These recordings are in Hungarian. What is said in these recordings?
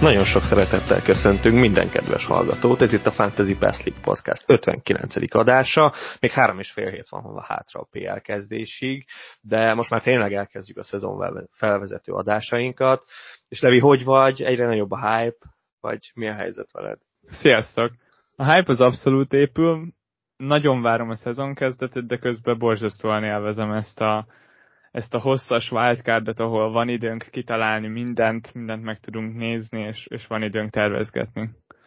Nagyon sok szeretettel köszöntünk minden kedves hallgatót, ez itt a Fantasy Best League Podcast 59. adása, még 3,5 hét van hátra a PL kezdésig, de most már tényleg elkezdjük a szezon felvezető adásainkat, és Levi, hogy vagy? Egyre nagyobb a hype, vagy mi a helyzet veled? Sziasztok! A hype az abszolút épül, nagyon várom a szezon kezdetét, de közben borzasztóan élvezem ezt a hosszas wildcardot, ahol van időnk kitalálni mindent meg tudunk nézni, és van időnk tervezgetni.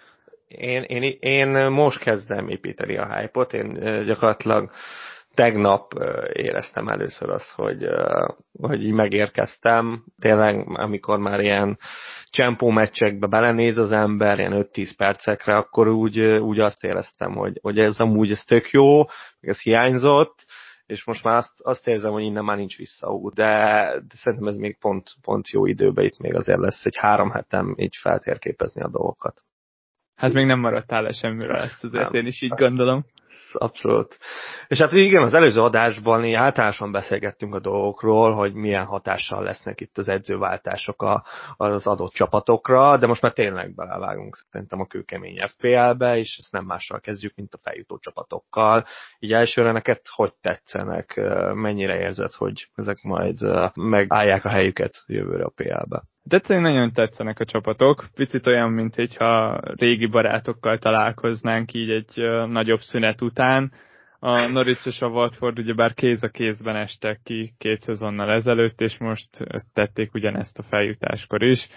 Én most kezdem építeni a hype-ot, én gyakorlatilag tegnap éreztem először azt, hogy így megérkeztem. Tényleg, amikor már ilyen csempó meccsekbe belenéz az ember, ilyen 5-10 percekre, akkor úgy azt éreztem, hogy ez amúgy ez tök jó, ez hiányzott, és most már azt érzem, hogy innen már nincs visszaút, de szerintem ez még pont jó időben, itt még azért lesz egy 3 hetem így feltérképezni a dolgokat. Hát még nem maradtál le semmiről, ezt azért én is így gondolom. Abszolút. És hát igen, az előző adásban így általánosan beszélgettünk a dolgokról, hogy milyen hatással lesznek itt az edzőváltások az adott csapatokra, de most már tényleg belevágunk szerintem a kőkemény FPL-be, és ezt nem mással kezdjük, mint a feljutó csapatokkal. Így elsőre neked hogy tetszenek? Mennyire érzed, hogy ezek majd megállják a helyüket jövőre a PL-be? Egyszerűen nagyon tetszenek a csapatok, picit olyan, mint hogyha régi barátokkal találkoznánk így egy nagyobb szünet után. A Norwich és a Watford ugyebár kéz a kézben estek ki 2 szezonnal ezelőtt, és most tették ugyanezt a feljutáskor is.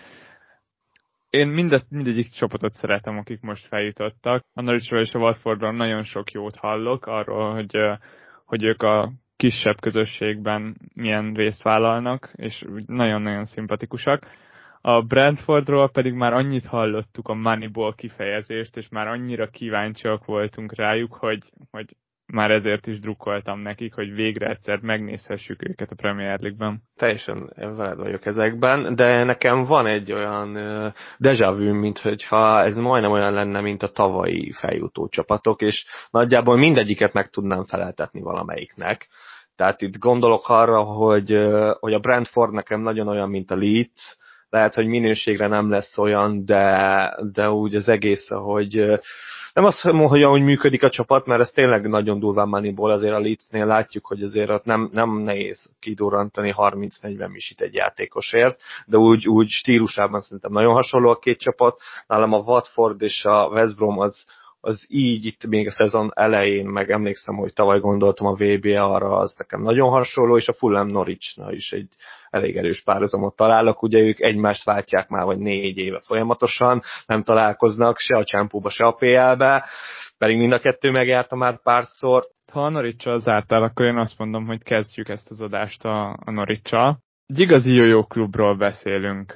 Én mindegyik csapatot szeretem, akik most feljutottak. A Norwichról és a Watfordról nagyon sok jót hallok arról, hogy ők a kisebb közösségben milyen részt vállalnak, és nagyon-nagyon szimpatikusak. A Brentfordról pedig már annyit hallottuk a Moneyball kifejezést, és már annyira kíváncsiak voltunk rájuk, hogy már ezért is drukkoltam nekik, hogy végre egyszer megnézhessük őket a Premier League-ben. Teljesen veled vagyok ezekben, de nekem van egy olyan déjà vu, mintha ez majdnem olyan lenne, mint a tavalyi feljutó csapatok, és nagyjából mindegyiket meg tudnám feleltetni valamelyiknek. Tehát itt gondolok arra, hogy a Brentford nekem nagyon olyan, mint a Leeds, lehet, hogy minőségre nem lesz olyan, de úgy az egész, hogy nem azt mondom, hogy ahogy működik a csapat, mert ez tényleg nagyon durván Moneyball, azért a Leedsnél látjuk, hogy azért ott nem nehéz kidurrantani 30-40 misit egy játékosért, de úgy stílusában szerintem nagyon hasonló a két csapat. Nálam a Watford és a West Brom az így itt még a szezon elején, meg emlékszem, hogy tavaly gondoltam a VB arra, az nekem nagyon hasonló, és a Fulham Norwichnál is egy elég erős párhuzamot találok. Ugye ők egymást váltják már, vagy 4 éve folyamatosan, nem találkoznak se a Csempóba, se a PL-be, pedig mind a kettő megjárta már párszor. Ha a Norwich-sal zártál, akkor én azt mondom, hogy kezdjük ezt az adást a Norwich-sal. Egy igazi jó klubról beszélünk.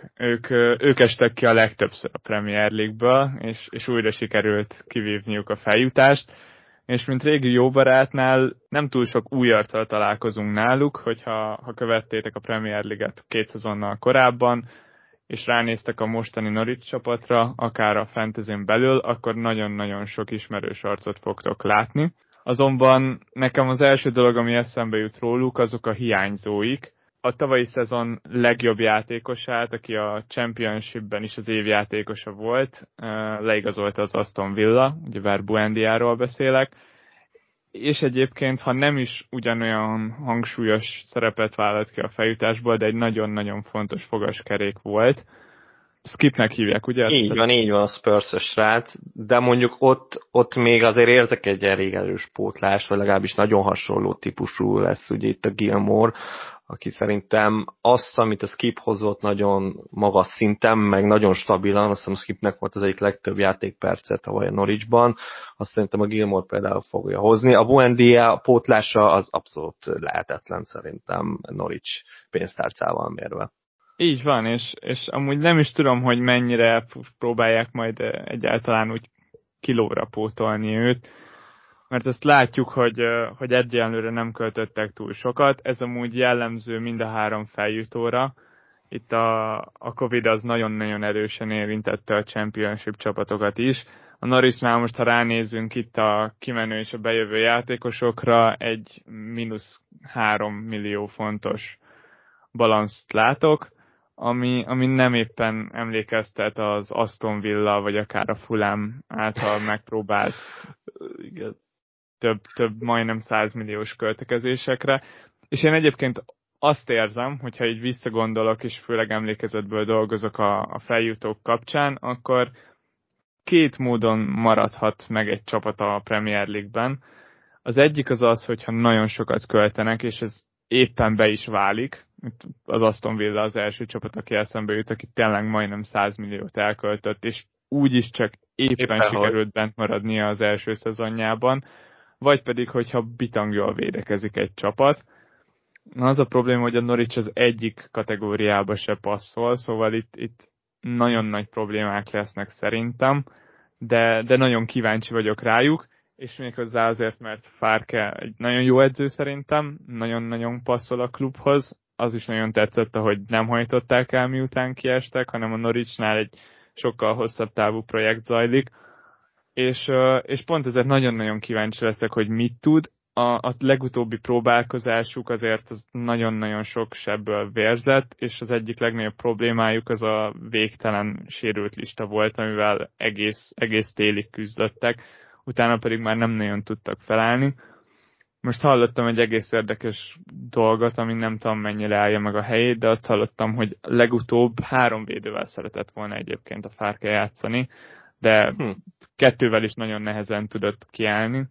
Ők estek ki a legtöbbször a Premier League-ből, és újra sikerült kivívniuk a feljutást, és mint régi jó barátnál nem túl sok új arccal találkozunk náluk, hogyha követtétek a Premier League-et 2 szezonnal korábban, és ránéztek a mostani Norwich csapatra, akár a fantasyn belül, akkor nagyon-nagyon sok ismerős arcot fogtok látni. Azonban nekem az első dolog, ami eszembe jut róluk, azok a hiányzóik. A tavalyi szezon legjobb játékosát, aki a Championshipben is az év játékosa volt, leigazolta az Aston Villa, ugyebár Buendiáról beszélek, és egyébként, ha nem is ugyanolyan hangsúlyos szerepet vállalt ki a feljutásból, de egy nagyon-nagyon fontos fogaskerék volt. Skipnek hívják, ugye? Így van a Spurs-ös srác, de mondjuk ott még azért érzek egy elég erős pótlást, vagy legalábbis nagyon hasonló típusú lesz ugye itt a Gilmore, aki szerintem azt, amit a Skip hozott nagyon magas szinten, meg nagyon stabilan, azt hiszem a Skipnek volt az egyik legtöbb játékpercet tavaly a Norwichban, azt szerintem a Gilmore például fogja hozni. A Buendia pótlása az abszolút lehetetlen szerintem Norwich pénztárcával mérve. Így van, és amúgy nem is tudom, hogy mennyire próbálják majd egyáltalán úgy kilóra pótolni őt, mert azt látjuk, hogy egyenlőre nem költöttek túl sokat, ez amúgy jellemző mind a 3 feljutóra. Itt a Covid az nagyon-nagyon erősen érintette a Championship csapatokat is. A Norwichnál most, ha ránézünk itt a kimenő és a bejövő játékosokra, egy -3 millió fontos balanszt látok. ami nem éppen emlékeztet az Aston Villa, vagy akár a Fulham által megpróbált Igen. több majdnem 100 milliós költekezésekre. És én egyébként azt érzem, hogyha így visszagondolok, és főleg emlékezetből dolgozok a feljutók kapcsán, akkor két módon maradhat meg egy csapat a Premier League-ben. Az egyik az, hogyha nagyon sokat költenek, és ez éppen be is válik. Az Aston Villa az első csapat, aki eszembe jut, aki tényleg majdnem 100 milliót elköltött, és úgyis csak éppen sikerült bent maradnia az első szezonjában. Vagy pedig, hogyha bitang jól védekezik egy csapat. Na, az a probléma, hogy a Norwich az egyik kategóriába se passzol, szóval itt nagyon nagy problémák lesznek szerintem, de nagyon kíváncsi vagyok rájuk, és méghozzá azért, mert Farke egy nagyon jó edző szerintem, nagyon-nagyon passzol a klubhoz, az is nagyon tetszett, ahogy nem hajtották el, miután kiestek, hanem a Norwichnál egy sokkal hosszabb távú projekt zajlik, és pont ezért nagyon-nagyon kíváncsi leszek, hogy mit tud. A legutóbbi próbálkozásuk azért az nagyon-nagyon sok sebből vérzett, és az egyik legnagyobb problémájuk az a végtelen sérült lista volt, amivel egész télig küzdöttek, utána pedig már nem nagyon tudtak felállni. Most hallottam egy egész érdekes dolgot, ami nem tudom mennyire állja meg a helyét, de azt hallottam, hogy legutóbb 3 védővel szeretett volna egyébként a Farke játszani, de 2-vel is nagyon nehezen tudott kiállni,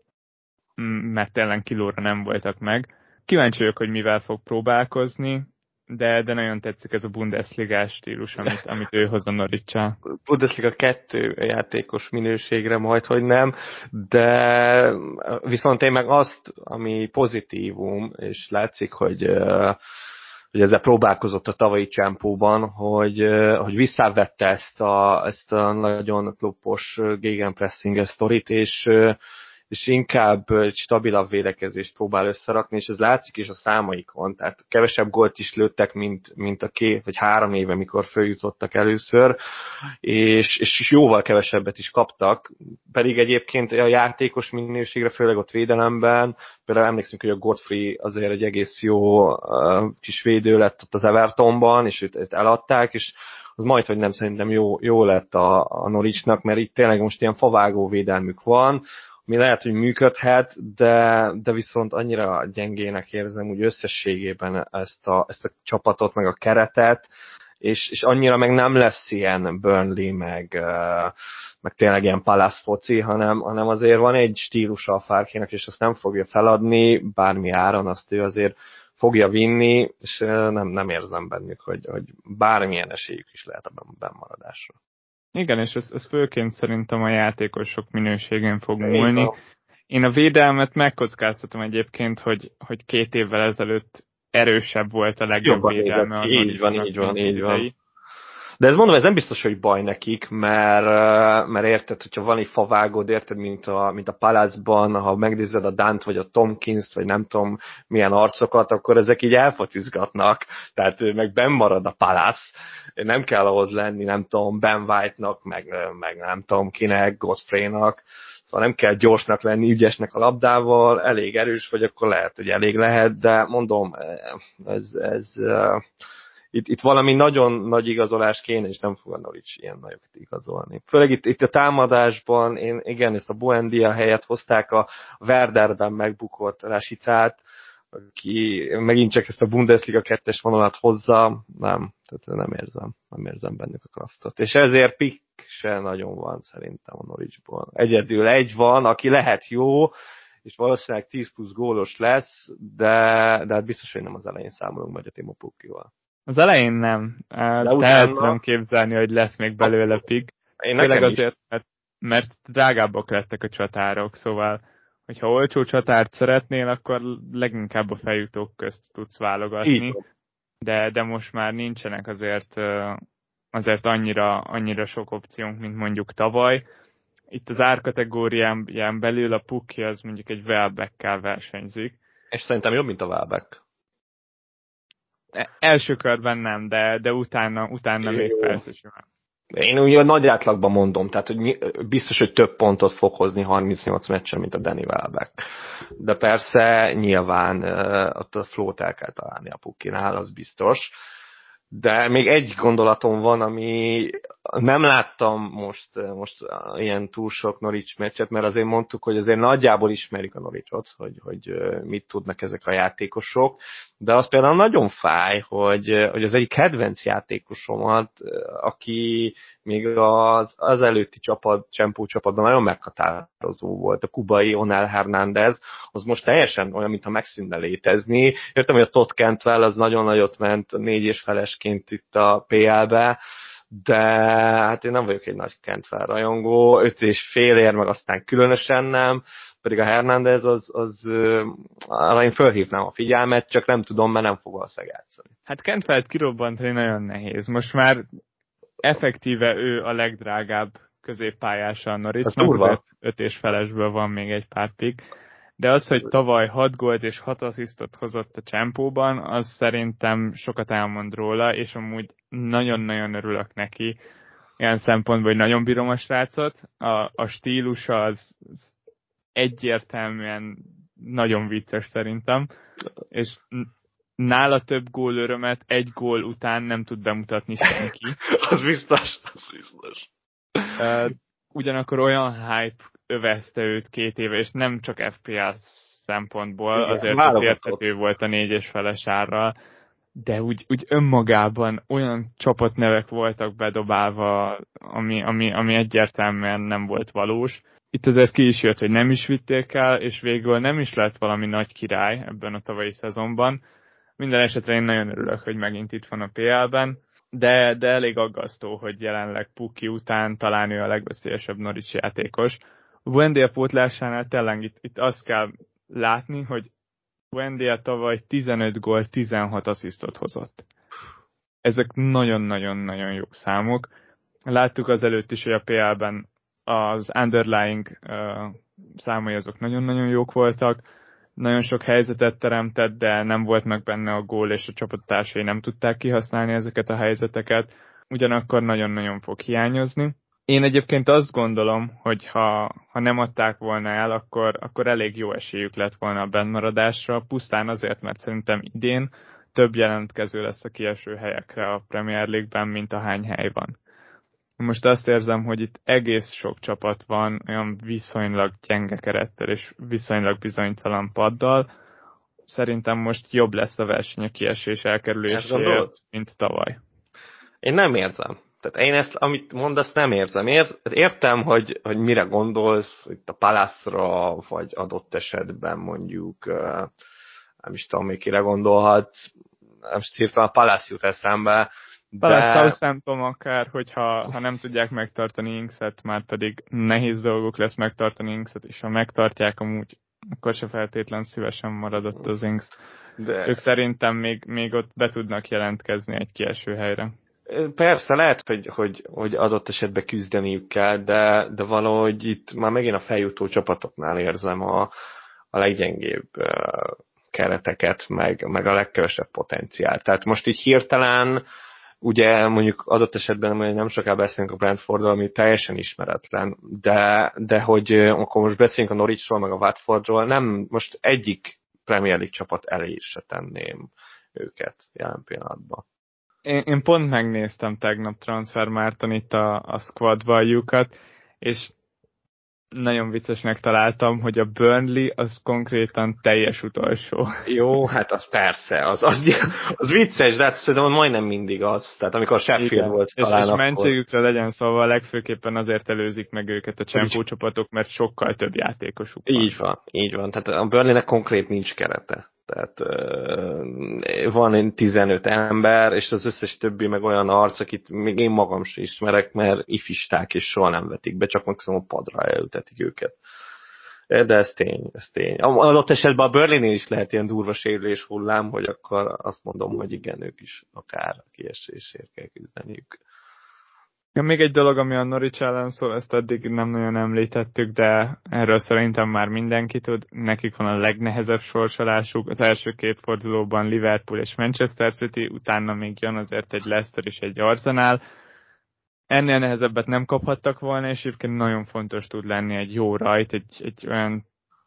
mert tényleg kilóra nem voltak meg. Kíváncsi vagyok, hogy mivel fog próbálkozni, de nagyon tetszik ez a Bundesliga stílus, amit ő hoz a Norwich-sal. Bundesliga 2 játékos minőségre majd, hogy nem, de viszont én meg azt, ami pozitívum, és látszik, hogy ezzel próbálkozott a tavalyi csempóban, hogy visszavette ezt a nagyon klubos gegenpressing sztorit, és inkább egy stabilabb védekezést próbál összerakni, és ez látszik is a számaikon, tehát kevesebb gólt is lőttek, mint a 2 vagy 3 éve, mikor följutottak először, és jóval kevesebbet is kaptak, pedig egyébként a játékos minőségre, főleg ott védelemben, például emlékszünk, hogy a Godfrey azért egy egész jó kis védő lett ott az Evertonban, és őt eladták, és az majd, hogy nem szerintem jó lett a Norwichnak, mert itt tényleg most ilyen favágó védelmük van, ami lehet, hogy működhet, de viszont annyira gyengének érzem úgy összességében ezt a csapatot, meg a keretet, és annyira meg nem lesz ilyen Burnley, meg tényleg ilyen Palace foci, hanem azért van egy stílusa a Farkének, és azt nem fogja feladni, bármi áron, azt ő azért fogja vinni, és nem érzem bennük, hogy bármilyen esélyük is lehet a bennmaradásra. Igen, és ez főként szerintem a játékosok minőségén fog múlni. Én a védelmet megkockáztatom egyébként, hogy 2 évvel ezelőtt erősebb volt a legjobb védelme. Így van. De ez mondom, ez nem biztos, hogy baj nekik, mert érted, hogyha van egy favágod, érted, mint a Palace-ban, ha megnézed a Dant, vagy a Tomkins-t, vagy nem tudom milyen arcokat, akkor ezek így elfocizgatnak, tehát meg benn marad a Palace, nem kell ahhoz lenni, nem tudom, Ben White-nak, meg nem tudom kinek, Godfrey-nak, szóval nem kell gyorsnak lenni, ügyesnek a labdával, elég erős vagy, akkor lehet, hogy elég lehet, de mondom, ez itt valami nagyon nagy igazolás kéne, és nem fog a Norwich ilyen nagyokat igazolni. Főleg itt a támadásban, igen, ezt a Buendia helyet hozták, a Werderben megbukott Rasicát, aki megint csak ezt a Bundesliga 2-es vonalat hozza, tehát nem érzem bennük a kraftot. És ezért pick se nagyon van szerintem a Norwichból. Egyedül egy van, aki lehet jó, és valószínűleg 10 plusz gólos lesz, de hát biztos, hogy nem az elején számolunk majd a Timo Pukkival. Az elején nem. El tudom képzelni, hogy lesz még belőle pick. Főleg azért, mert drágábbak lettek a csatárok, szóval hogyha olcsó csatárt szeretnél, akkor leginkább a feljutók közt tudsz válogatni. De most már nincsenek azért annyira sok opciónk, mint mondjuk tavaly. Itt az árkategórián belül a Pukki az mondjuk egy Welbeckkel versenyzik. És szerintem jobb, mint a Welbeck. Első körben nem, de utána még persze sem. Én ugye nagy átlagban mondom, tehát hogy biztos, hogy több pontot fog hozni 38 meccsen, mint a Danny Welbeck. De persze nyilván ott a flót el kell találni a Pukkinál, az biztos. De még egy gondolatom van, ami nem láttam most ilyen túl sok Norwich meccset, mert azért mondtuk, hogy azért nagyjából ismerik a Norwichot, hogy mit tudnak ezek a játékosok, de az például nagyon fáj, hogy az egyik kedvenc játékosomat, aki még az előtti Csempó csapatban nagyon meghatározó volt, a kubai Onel Hernández, az most teljesen olyan, mintha megszűnne létezni. Értem, hogy a Todd Cantwell az nagyon nagyot ment 4,5-esként itt a PL-be, de hát én nem vagyok egy nagy Cantwell rajongó, 5,5 meg aztán különösen nem, pedig a Hernández arra én fölhívnám a figyelmet, csak nem tudom, mert nem fog valószínűleg játszani. Hát Cantwellt kirobbantani nagyon nehéz. Most már effektíve ő a legdrágább középpályása a Norwichnak, 5,5-esből van még egy pár pick. De az, hogy tavaly 6 gólt és 6 asszisztot hozott a Csempóban, az szerintem sokat elmond róla, és amúgy nagyon-nagyon örülök neki. Ilyen szempontból, hogy nagyon bírom a srácot. A stílusa az egyértelműen nagyon vicces szerintem, és nála több gól örömet egy gól után nem tud bemutatni senki. Az biztos. Ugyanakkor olyan hype övezte őt 2 éve, és nem csak FPL szempontból, igen, azért az érthető volt a 4,5-es árral, de úgy önmagában olyan csapatnevek voltak bedobálva, ami egyértelműen nem volt valós. Itt azért ki is jött, hogy nem is vitték el, és végül nem is lett valami nagy király ebben a tavalyi szezonban. Minden esetre én nagyon örülök, hogy megint itt van a PL-ben, de elég aggasztó, hogy jelenleg Pukki után talán ő a legveszélyesebb Norwich játékos. Buendia pótlásánál tényleg itt azt kell látni, hogy Buendia tavaly 15 gól, 16 asszisztot hozott. Ezek nagyon-nagyon-nagyon jó számok. Láttuk azelőtt is, hogy a PL-ben az underlying számai azok nagyon-nagyon jók voltak, nagyon sok helyzetet teremtett, de nem volt meg benne a gól, és a csapattársai nem tudták kihasználni ezeket a helyzeteket, ugyanakkor nagyon-nagyon fog hiányozni. Én egyébként azt gondolom, hogy ha nem adták volna el, akkor elég jó esélyük lett volna a bennmaradásra, pusztán azért, mert szerintem idén több jelentkező lesz a kieső helyekre a Premier League-ben, mint ahány hely van. Most azt érzem, hogy itt egész sok csapat van olyan viszonylag gyenge kerettel és viszonylag bizonytalan paddal. Szerintem most jobb lesz a verseny a kiesés elkerüléséért, mint tavaly. Én nem érzem. Tehát én ezt, amit mondasz, nem érzem. Értem, hogy mire gondolsz, itt a Palace-ra, vagy adott esetben mondjuk, nem is tudom, még kire gondolhatsz, nem is hirtelen a Palace jut eszembe, Palace Southampton akár, hogyha nem tudják megtartani Inkset, már pedig nehéz dolgok lesz megtartani Inkset, és ha megtartják amúgy, akkor se feltétlen szívesen maradott az Inks. De ők szerintem még ott be tudnak jelentkezni egy kieső helyre. Persze, lehet, hogy adott esetben küzdeniük kell, de valahogy itt már megint a feljutó csapatoknál érzem a leggyengébb kereteket, meg a legkevesebb potenciált. Tehát most így hirtelen, ugye mondjuk adott esetben nem soká beszélünk a Brentfordról, ami teljesen ismeretlen, de hogy akkor most beszélünk a Norwichról, meg a Watfordról, nem most egyik Premier League csapat elé se tenném őket jelen pillanatban. Én pont megnéztem tegnap Transfermarkton itt a squad value-kat, és nagyon viccesnek találtam, hogy a Burnley az konkrétan teljes utolsó. Jó, hát az persze, az vicces, de hát szerintem majdnem mindig az. Tehát amikor a Sheffield igen. Volt talán és mentségükre legyen szóval legfőképpen azért előzik meg őket a Csempó csapatok, mert sokkal több játékosuk van. Így van. Tehát a Burnleynek konkrét nincs kerete. Tehát van 15 ember, és az összes többi meg olyan arc, akit még én magam sem ismerek, mert ifisták, és soha nem vetik be, csak maximum a padra elültetik őket. De ez tény. Adott esetben a Burnley-nél is lehet ilyen durva sérülés hullám, hogy akkor azt mondom, hogy igen, ők is akár kiesésért kell küzdeniük. Ja, még egy dolog, ami a Norwich ellen szól, ezt eddig nem nagyon említettük, de erről szerintem már mindenki tud. Nekik van a legnehezebb sorsolásuk. Az első 2 fordulóban Liverpool és Manchester City, utána még jön azért egy Leicester és egy Arsenal. Ennél nehezebbet nem kaphattak volna, és egyébként nagyon fontos tud lenni egy jó rajt, egy olyan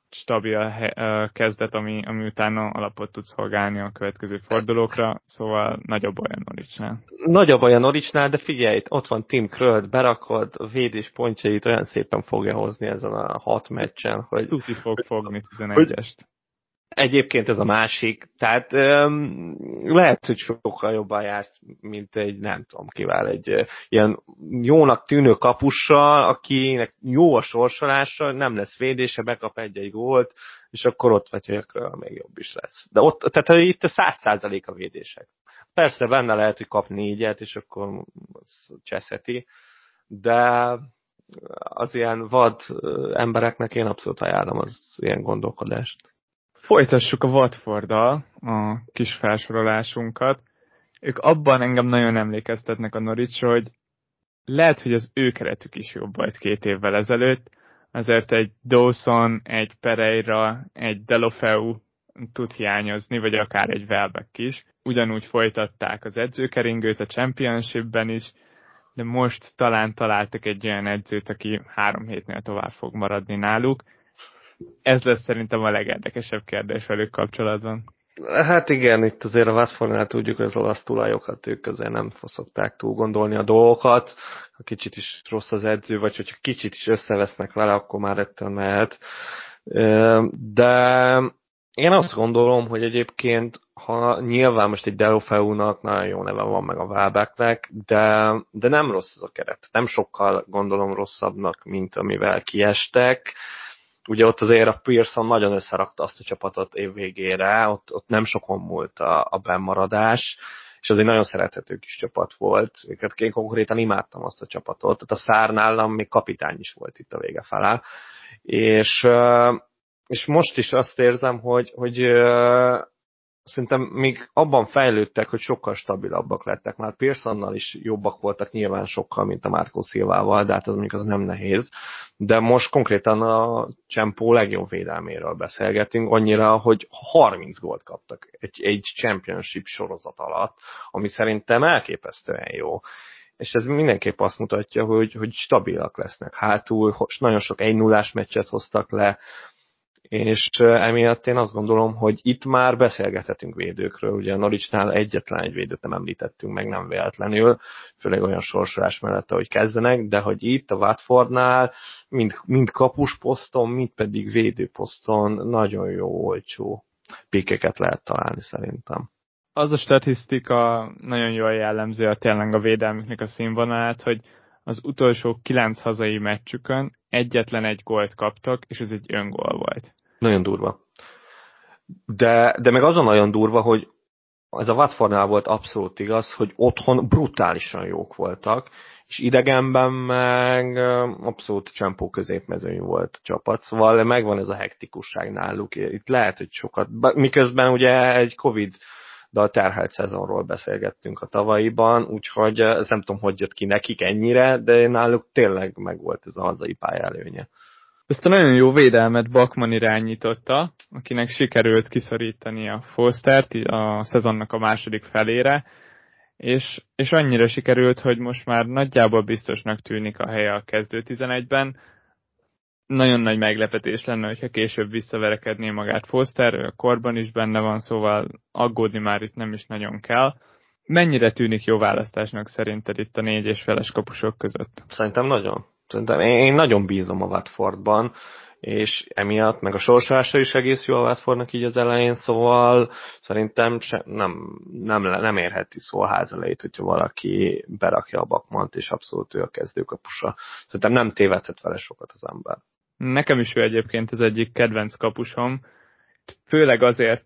stabil kezdet, ami utána alapot tud szolgálni a következő fordulókra, szóval nagyobb olyan Norwicsnál. Nagyobb olyan Norwicsnál, de figyelj, ott van Tim Krölt, berakod, a védés pontjait olyan szépen fogja hozni ezen a 6 meccsen, hogy... Tuti fog fogni 11-est. Egyébként ez a másik, tehát lehet, hogy sokkal jobban jársz, mint egy, nem tudom kivel, egy ilyen jónak tűnő kapussal, akinek jó a sorsolása, nem lesz védése, bekap egy gólt, és akkor ott vagy, hogy akkor még jobb is lesz. De ott, tehát itt a 100% a védések. Persze benne lehet, hogy kap 4-et, és akkor az cseszheti, de az ilyen vad embereknek én abszolút ajánlom az ilyen gondolkodást. Folytassuk a Watforddal a kis felsorolásunkat. Ők abban engem nagyon emlékeztetnek a Norwichra, hogy lehet, hogy az ő keretük is jobb volt 2 évvel ezelőtt, azért egy Dawson, egy Pereira, egy Delofeu tud hiányozni, vagy akár egy Welbeck is. Ugyanúgy folytatták az edzőkeringőt a Championshipben is, de most talán találtak egy olyan edzőt, aki 3 hétnél tovább fog maradni náluk. Ez lesz szerintem a legérdekesebb kérdés velük kapcsolatban. Hát igen, itt azért a Watfordnál tudjuk, hogy az olasz tulajokat ők azért nem szokták túl gondolni a dolgokat. Ha kicsit is rossz az edző, vagy hogyha kicsit is összevesznek vele, akkor már ettől mehet. De én azt gondolom, hogy egyébként, ha nyilván most egy Delofeu-nak nagyon jó neve van, meg a Welbecknek, de nem rossz az a keret. Nem sokkal gondolom rosszabbnak, mint amivel kiestek. Ugye ott azért a Pearson nagyon összerakta azt a csapatot év végére, ott nem sokon múlt a bennmaradás, és az egy nagyon szerethető kis csapat volt. Én konkrétan imádtam azt a csapatot. Tehát a Szár nálam még kapitány is volt itt a vége felé. És most is azt érzem, hogy szerintem még abban fejlődtek, hogy sokkal stabilabbak lettek. Már Pearsonnal is jobbak voltak nyilván sokkal, mint a Marco Silvával, de hát az mondjuk az nem nehéz. De most konkrétan a Csempó legjobb védelméről beszélgetünk, annyira, hogy 30 gólt kaptak egy championship sorozat alatt, ami szerintem elképesztően jó. És ez mindenképp azt mutatja, hogy stabilak lesznek hátul, nagyon sok 1-0-ás meccset hoztak le, és emiatt én azt gondolom, hogy itt már beszélgethetünk védőkről. Ugye a Norwichnál egyetlen egy védőt nem említettünk meg, nem véletlenül, főleg olyan sorsolás mellett, ahogy kezdenek, de hogy itt a Watfordnál mind kapusposzton, mind pedig védőposzton nagyon jó, olcsó pikkeket lehet találni szerintem. Az a statisztika nagyon jól jellemzi tényleg a védelmüknek a színvonalát, hogy az utolsó 9 hazai meccsükön egyetlen egy gólt kaptak, és ez egy öngól volt. Nagyon durva. De meg azon nagyon durva, hogy ez a Watfordnál volt abszolút igaz, hogy otthon brutálisan jók voltak, és idegenben meg abszolút csempó középmezőny volt a csapat, szóval megvan ez a hektikusság náluk. Itt lehet, hogy sokat, miközben ugye egy Covid-dal terhelt szezonról beszélgettünk a tavalyiban, úgyhogy ez nem tudom, hogy jött ki nekik ennyire, de náluk tényleg megvolt ez a hazai pályelőnye. Ezt a nagyon jó védelmet Bachmann irányította, akinek sikerült kiszorítani a Fostert a szezonnak a második felére, és annyira sikerült, hogy most már nagyjából biztosnak tűnik a helye a kezdő 11-ben. Nagyon nagy meglepetés lenne, hogyha később visszaverekedné magát Foster, a korban is benne van, szóval aggódni már itt nem is nagyon kell. Mennyire tűnik jó választásnak szerinted itt a 4,5-es kapusok között? Szerintem nagyon. Szerintem én nagyon bízom a Watfordban, és emiatt, meg a sorsolása is egész jó a Watfordnak így az elején, szóval szerintem nem érheti szó a ház elejét, hogyha valaki berakja a Bachmannt, és abszolút ő a kezdőkapusa. Szerintem nem tévedhet vele sokat az ember. Nekem is ő egyébként az egyik kedvenc kapusom, főleg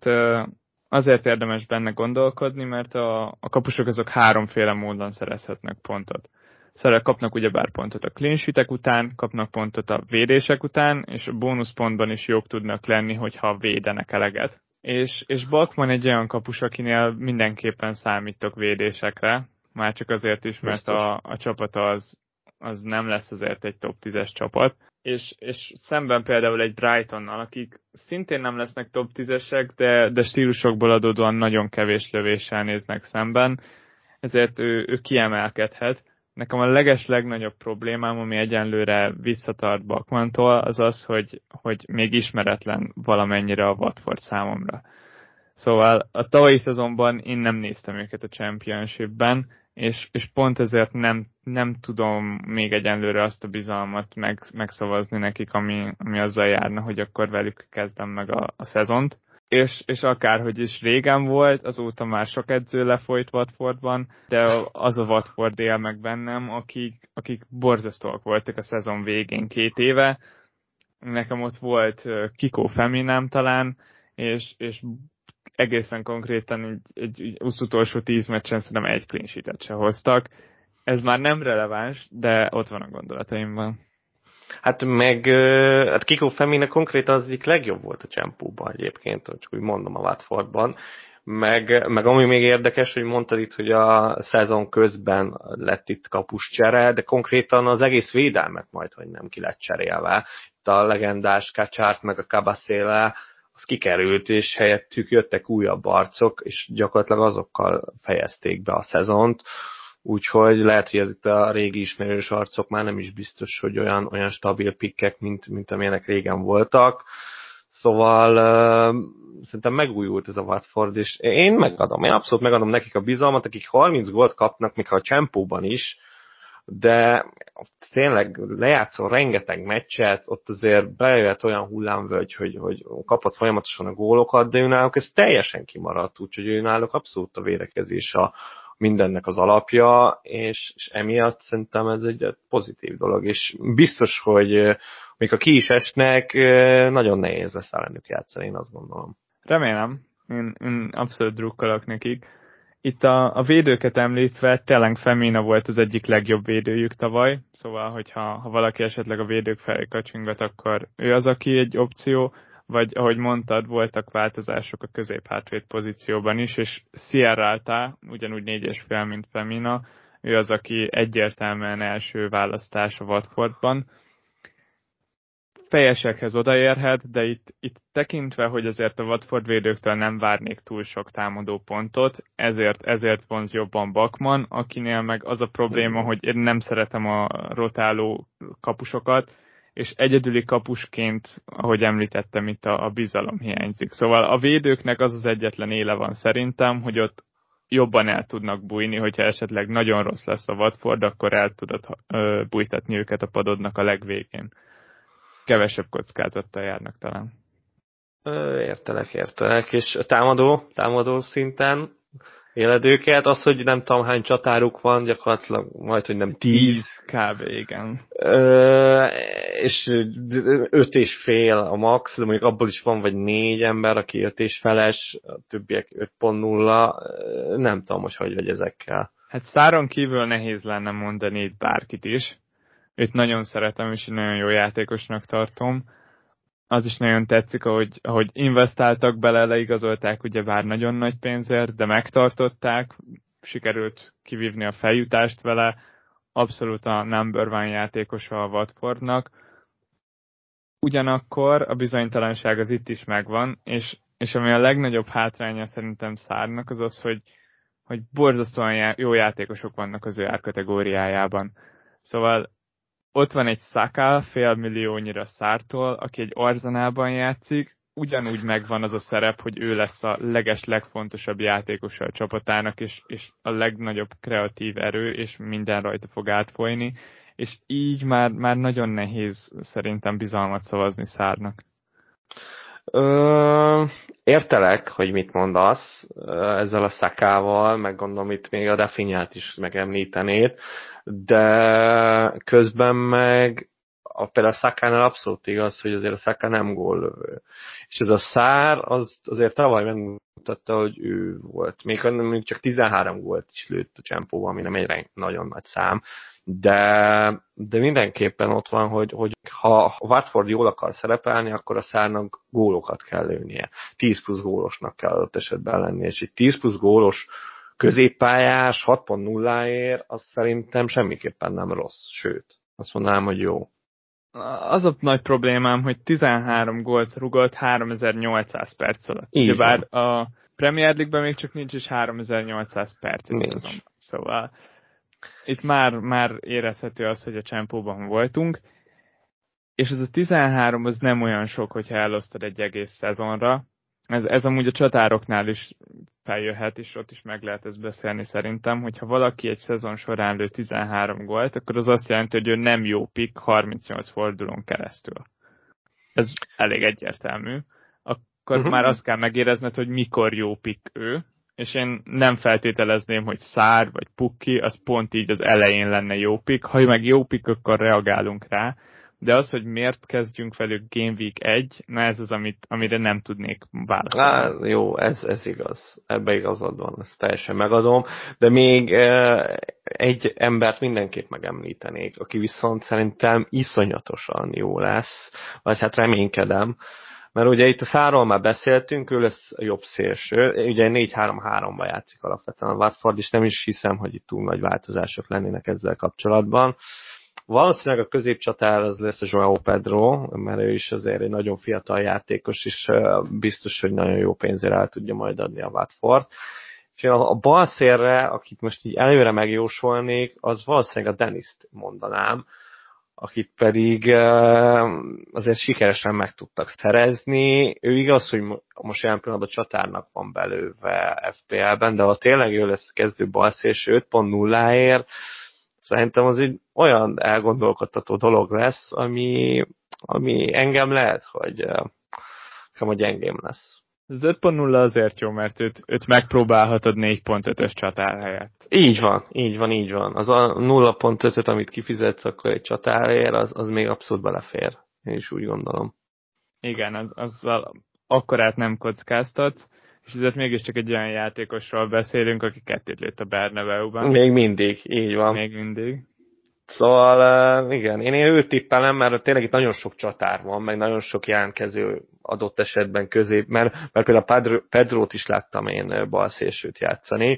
azért érdemes benne gondolkodni, mert a kapusok azok 3 módon szerezhetnek pontot. Szóval kapnak ugyebár pontot a clean sheetek után, kapnak pontot a védések után, és a bónuszpontban is jók tudnak lenni, hogyha védenek eleget. És Bachmann egy olyan kapus, akinél mindenképpen számítok védésekre, már csak azért is, mert a csapat az nem lesz azért egy top 10-es csapat. És szemben például egy Brightonnal, akik szintén nem lesznek top 10-esek, de stílusokból adódóan nagyon kevés lövéssel néznek szemben, ezért ő kiemelkedhet. nekem a legnagyobb problémám, ami egyenlőre visszatart Bachmantól, az az, hogy még ismeretlen valamennyire a Watford számomra. Szóval a tavalyi szezonban én nem néztem őket a Championshipben, és pont ezért nem tudom még egyenlőre azt a bizalmat megszavazni nekik, ami azzal járna, hogy akkor velük kezdem meg a szezont. És akárhogy is régen volt, azóta már sok edző lefolyt Watfordban, de az a Watford él meg bennem, akik borzasztóak voltak a szezon végén 2 éve. Nekem ott volt Kiko Feminám talán, és egészen konkrétan az utolsó 10 meccsen szerintem egy clean sheetet se hoztak. Ez már nem releváns, de ott van a gondolataimban. Hát Kiko Femina konkrétan az egyik legjobb volt a Csempóban egyébként, csak úgy mondom a Watfordban. Meg ami még érdekes, hogy mondtad itt, hogy a szezon közben lett itt kapuscsere, de konkrétan az egész védelmet majd, hogy nem ki lett cserélve. Itt a legendás Kacsárt meg a Cabasele, az kikerült, és helyettük jöttek újabb arcok, és gyakorlatilag azokkal fejezték be a szezont. Úgyhogy lehet, hogy ez itt a régi ismerős arcok már nem is biztos, hogy olyan stabil pikkek, mint amilyenek régen voltak. Szóval szerintem megújult ez a Watford, és én abszolút megadom nekik a bizalmat, akik 30 gólt kapnak, még ha a Csempóban is, de tényleg lejátszol rengeteg meccset, ott azért bejött olyan hullámvölgy, hogy kapott folyamatosan a gólokat, de őnáluk ez teljesen kimaradt, úgyhogy őnáluk abszolút a védekezés a mindennek az alapja, és emiatt szerintem ez egy pozitív dolog, és biztos, hogy még ha ki is esnek, nagyon nehéz lesz ellenük játszani, én azt gondolom. Remélem, én abszolút drukkolok nekik. Itt a védőket említve, tényleg Femina volt az egyik legjobb védőjük tavaly, szóval, hogyha valaki esetleg a védők felé kacsingat, akkor ő az, aki egy opció, vagy ahogy mondtad, voltak változások a középhátvéd pozícióban is, és Sierra Alta, ugyanúgy 4,5, mint Femina, ő az, aki egyértelműen első választás a Watfordban. Fejesekhez odaérhet, de itt tekintve, hogy azért a Watford védőktől nem várnék túl sok támadó pontot, ezért vonz jobban Bachmann, akinél meg az a probléma, hogy én nem szeretem a rotáló kapusokat, és egyedüli kapusként, ahogy említettem, itt a bizalom hiányzik. Szóval a védőknek az egyetlen éle van szerintem, hogy ott jobban el tudnak bújni, hogyha esetleg nagyon rossz lesz a Watford, akkor el tudod bújtatni őket a padodnak a legvégén. Kevesebb kockázattal járnak talán. Értelek. És a támadó szinten éled őket, az, hogy nem tudom hány csatáruk van, gyakorlatilag majd, hogy nem 10. Kb. Igen. És 5,5 a max, de mondjuk abból is van vagy 4 ember, aki 5,5-es, a többiek 5,0, nem tudom, hogy vagy ezekkel. Hát Száron kívül nehéz lenne mondani itt bárkit is. Őt nagyon szeretem, és nagyon jó játékosnak tartom. Az is nagyon tetszik, ahogy investáltak bele, leigazolták ugye bár nagyon nagy pénzért, de megtartották, sikerült kivívni a feljutást vele, abszolút a number one játékosa a Watfordnak. Ugyanakkor a bizonytalanság az itt is megvan, és ami a legnagyobb hátránya szerintem Szárnak az az, hogy borzasztóan jó játékosok vannak az ő árkategóriájában. Szóval ott van egy Saka, $500,000 Szártól, aki egy Arsenalban játszik, ugyanúgy megvan az a szerep, hogy ő lesz a legfontosabb játékosa a csapatának, és a legnagyobb kreatív erő, és minden rajta fog átfolyni, és így már nagyon nehéz szerintem bizalmat szavazni Szárnak. Értelek, hogy mit mondasz ezzel a Sakával, meg gondolom itt még a Rafinhát is megemlítenéd, de közben meg például a Sakánál abszolút igaz, hogy azért a Saka nem góllövő. És ez a Szár, azért tavaly megmutatta, hogy ő volt. Még csak 13 gólt is lőtt a Csempóval, ami nem egy nagyon nagy szám, de mindenképpen ott van, hogy ha a Watford jól akar szerepelni, akkor a Szárnak gólokat kell lőnie. 10 plusz gólosnak kell ott esetben lenni, és egy 10 plusz gólos középpályás 6.0-ért, az szerintem semmiképpen nem rossz, sőt, azt mondanám, hogy jó. Az a nagy problémám, hogy 13 gólt rugott 3800 perc alatt. Ugyebár a Premier League-ben még csak nincs is 3800 perc. Szóval itt már érezhető az, hogy a csempóban voltunk, és ez a 13 az nem olyan sok, hogyha elosztod egy egész szezonra. Ez amúgy a csatároknál is feljöhet, és ott is meg lehet ezt beszélni szerintem, hogyha valaki egy szezon során lő 13 gólt, akkor az azt jelenti, hogy ő nem jó pick 38 fordulón keresztül. Ez elég egyértelmű. Akkor már azt kell megérezned, hogy mikor jó pick ő, és én nem feltételezném, hogy Szár vagy Pukki, az pont így az elején lenne jó pick. Ha meg jó pick, akkor reagálunk rá. De az, hogy miért kezdjünk velük Game Week 1, na ez az, amire nem tudnék válaszolni. Jó, ez igaz. Ebbe igazad van, ezt teljesen megadom. De még egy embert mindenképp megemlítenék, aki viszont szerintem iszonyatosan jó lesz, vagy hát reménykedem. Mert ugye itt a Szárról már beszéltünk, ő lesz a jobb szélső. Ugye 4-3-3-ban játszik alapvetően a Watford, és nem is hiszem, hogy itt túl nagy változások lennének ezzel kapcsolatban. Valószínűleg a középcsatár az lesz a João Pedro, mert ő is azért egy nagyon fiatal játékos, és biztos, hogy nagyon jó pénzért el tudja majd adni a Watford. És én a bal szélre, akit most így előre megjósolnék, az valószínűleg a Dennis-t mondanám, akit pedig azért sikeresen meg tudtak szerezni. Ő igaz, hogy most jelen pillanatban csatárnak van belőve FPL-ben, de ha tényleg ő lesz a kezdő balszélső 5.0-ért, szerintem az egy olyan elgondolkodtató dolog lesz, ami engem lehet, hogy gyengém lesz. Az 5.0 azért jó, mert őt megpróbálhatod 4.5-ös csatár helyett. Így van. Az a 0.5-öt, amit kifizetsz akkor egy csatárért, az még abszolút belefér. Én is úgy gondolom. Igen, azzal akkorát nem kockáztatsz, és ezért mégiscsak egy olyan játékosról beszélünk, aki kettőt lőtt a Bernabeu-ban. Még mindig, így van. Még mindig. Szóval igen, én őt tippelem, mert tényleg itt nagyon sok csatár van, meg nagyon sok jelentkező adott esetben közép, mert például Pedrót is láttam én balszélsőt játszani,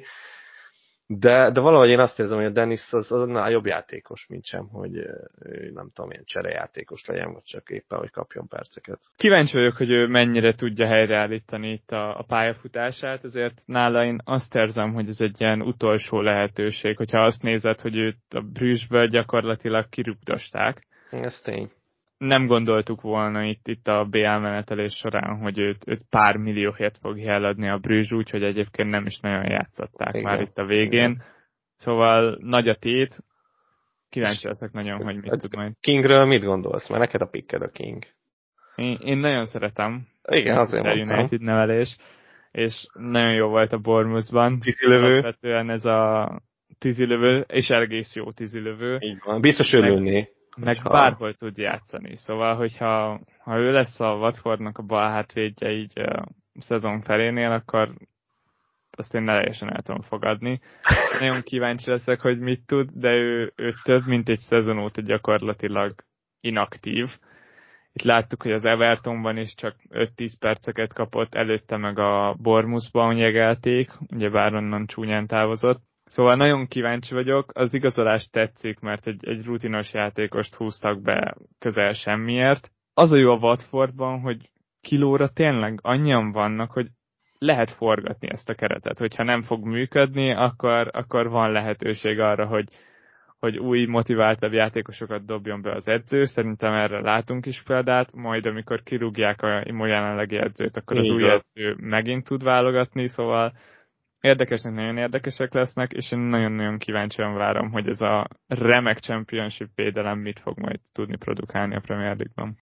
de valahogy én azt érzem, hogy a Dennis az annál jobb játékos, mint sem, hogy nem tudom, ilyen cserejátékos legyen, vagy csak éppen, hogy kapjon perceket. Kíváncsi vagyok, hogy ő mennyire tudja helyreállítani itt a pályafutását, ezért nála én azt érzem, hogy ez egy ilyen utolsó lehetőség, hogyha azt nézed, hogy őt a Brüsszből gyakorlatilag kirúgdosták. Ez tény. Nem gondoltuk volna itt a BL menetelés során, hogy őt pár millióért fogja eladni a Brüzs, úgyhogy egyébként nem is nagyon játszották már itt a végén. Igen. Szóval nagy a tét, kíváncsi leszek nagyon, hogy mit tud majd. Kingről mit gondolsz? Mert neked a picked a King. Én nagyon szeretem. Igen, azért mondtam. United nevelés, és nagyon jó volt a Bournemouthban. Tízilövő. Alapvetően ez a tízilövő, és egész jó tízilövő. Így van, biztos örülni. Meg bárhol tud játszani. Szóval, hogyha ő lesz a Watfordnak a bal hátvédje így a szezon felénél, akkor azt én teljesen el tudom fogadni. Nagyon kíváncsi leszek, hogy mit tud, de ő több mint egy szezon óta gyakorlatilag inaktív. Itt láttuk, hogy az Evertonban is csak 5-10 perceket kapott, előtte meg a Bournemouthban jegelték, ugye bár onnan csúnyán távozott. Szóval nagyon kíváncsi vagyok, az igazolás tetszik, mert egy rutinos játékost húztak be közel semmiért. Az a jó a Watfordban, hogy kilóra tényleg annyian vannak, hogy lehet forgatni ezt a keretet. Hogyha nem fog működni, akkor van lehetőség arra, hogy új, motiváltabb játékosokat dobjon be az edző. Szerintem erre látunk is példát, majd amikor kirúgják a jelenlegi edzőt, akkor az új edző megint tud válogatni, szóval érdekesnek, nagyon érdekesek lesznek, és én nagyon-nagyon kíváncsian várom, hogy ez a remek Championship védelem mit fog majd tudni produkálni a Premier League-ban.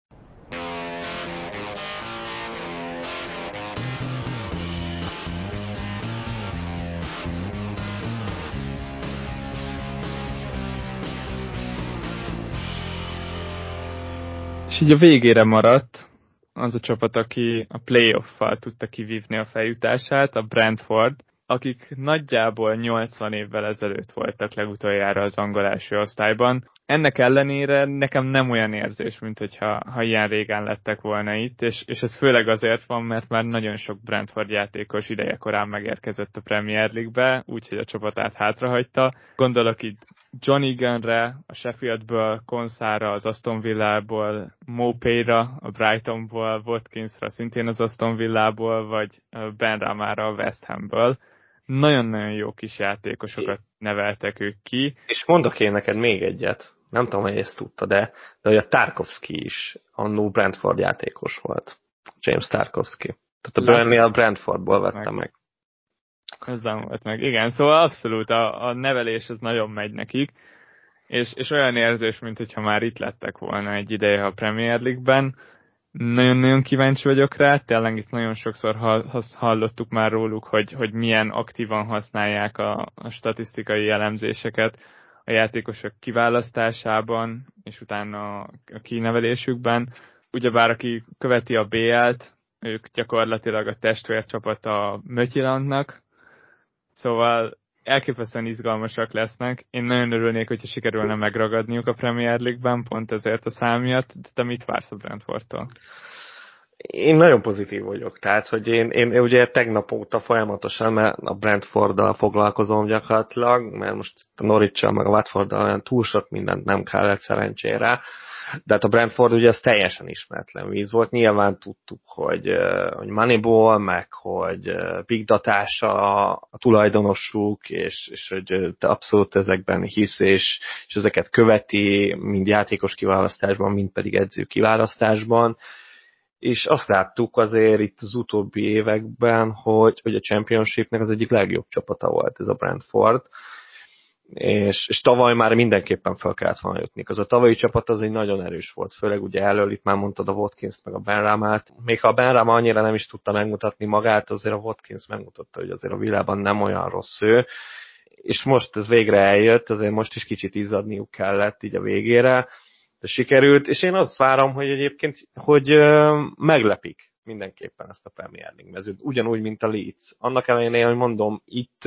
És így a végére maradt az a csapat, aki a playoff-val tudta kivívni a feljutását, a Brentford, akik nagyjából 80 évvel ezelőtt voltak legutoljára az angol első osztályban. Ennek ellenére nekem nem olyan érzés, mint hogyha ilyen régen lettek volna itt, és ez főleg azért van, mert már nagyon sok Brentford játékos ideje korán megérkezett a Premier League-be, úgyhogy a csapatát hátrahagyta. Gondolok itt John Eganre, a Sheffieldből, Konsára, az Aston Villából, Maupayra, a Brightonból, Watkinsra, szintén az Aston Villából, vagy Ben Ramára a West Hamből. nagyon-nagyon jó kis játékosokat neveltek ők ki. És mondok én neked még egyet, nem tudom, hogy ezt tudta, de hogy a Tarkovsky is annó Brentford játékos volt. James Tarkovsky. Tehát a Burnley a Brentfordból vette meg. Ez nem volt meg. Igen, szóval abszolút a nevelés az nagyon megy nekik, és olyan érzés, mint hogyha már itt lettek volna egy ideje a Premier League-ben. Nagyon-nagyon kíváncsi vagyok rá, tényleg itt nagyon sokszor hallottuk már róluk, hogy milyen aktívan használják a statisztikai elemzéseket a játékosok kiválasztásában, és utána a kinevelésükben. Ugyebár aki követi a BL-t, ők gyakorlatilag a testvércsapat a Midtjyllandnak, szóval elképesztően izgalmasak lesznek. Én nagyon örülnék, hogyha sikerülne megragadniuk a Premier League-ben, pont ezért a szám miatt. De te mit vársz a Brentfordtól? Én nagyon pozitív vagyok, tehát, hogy én ugye tegnap óta folyamatosan, mert a Brentforddal foglalkozom gyakorlatilag, mert most a Norwich-sal meg a Watforddal olyan túl sok mindent nem kellett szerencsére, de hát a Brentford ugye az teljesen ismeretlen víz volt. Nyilván tudtuk, hogy Moneyball, meg hogy Big Data-sa a tulajdonosuk, és hogy abszolút ezekben hisz, és ezeket követi, mind játékos kiválasztásban, mind pedig edző kiválasztásban. És azt láttuk azért itt az utóbbi években, hogy a Championshipnek az egyik legjobb csapata volt ez a Brentford, és tavaly már mindenképpen fel kellett volna jutni. Az a tavalyi csapat az egy nagyon erős volt, főleg ugye elől itt már mondtad a Watkins meg a Benramát. Még ha a Benrama annyira nem is tudta megmutatni magát, azért a Watkins megmutatta, hogy azért a világban nem olyan rossz ő, és most ez végre eljött, azért most is kicsit izzadniuk kellett így a végére, de sikerült, és én azt várom, hogy egyébként, hogy meglepik mindenképpen ezt a Premier League mezőt, ugyanúgy, mint a Leeds. Annak ellenére, hogy mondom, itt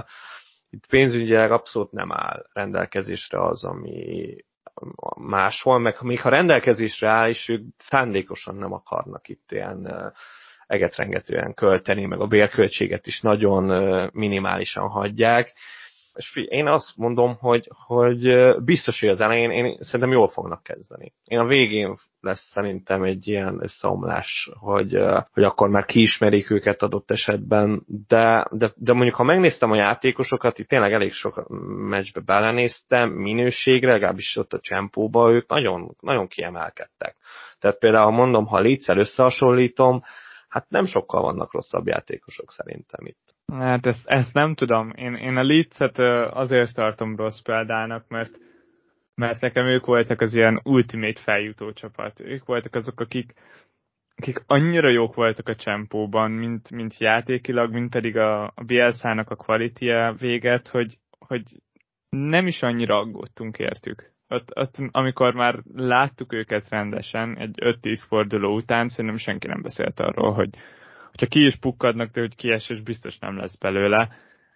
pénzügyileg abszolút nem áll rendelkezésre az, ami máshol, meg még ha rendelkezésre áll, és ők szándékosan nem akarnak itt ilyen egetrengetően költeni, meg a bérköltséget is nagyon minimálisan hagyják. És én azt mondom, hogy biztos, hogy az elején én szerintem jól fognak kezdeni. Én a végén lesz szerintem egy ilyen összeomlás, hogy akkor már kiismerik őket adott esetben, de mondjuk, ha megnéztem a játékosokat, itt tényleg elég sok meccsbe belenéztem, minőségre, legalábbis ott a csempóba ők nagyon, nagyon kiemelkedtek. Tehát például, mondom, ha Leeds-el összehasonlítom, hát nem sokkal vannak rosszabb játékosok szerintem itt. Hát ezt nem tudom. Én a Leeds-et azért tartom rossz példának, mert nekem ők voltak az ilyen ultimate feljutó csapat. Ők voltak azok, akik annyira jók voltak a csempóban, mint játékilag, mint pedig a Bielsának a quality-e véget, hogy nem is annyira aggódtunk értük. Ott, amikor már láttuk őket rendesen, egy 5-10 forduló után, szerintem senki nem beszélt arról, hogyha ki is pukkadnak, de hogy kiesés biztos nem lesz belőle.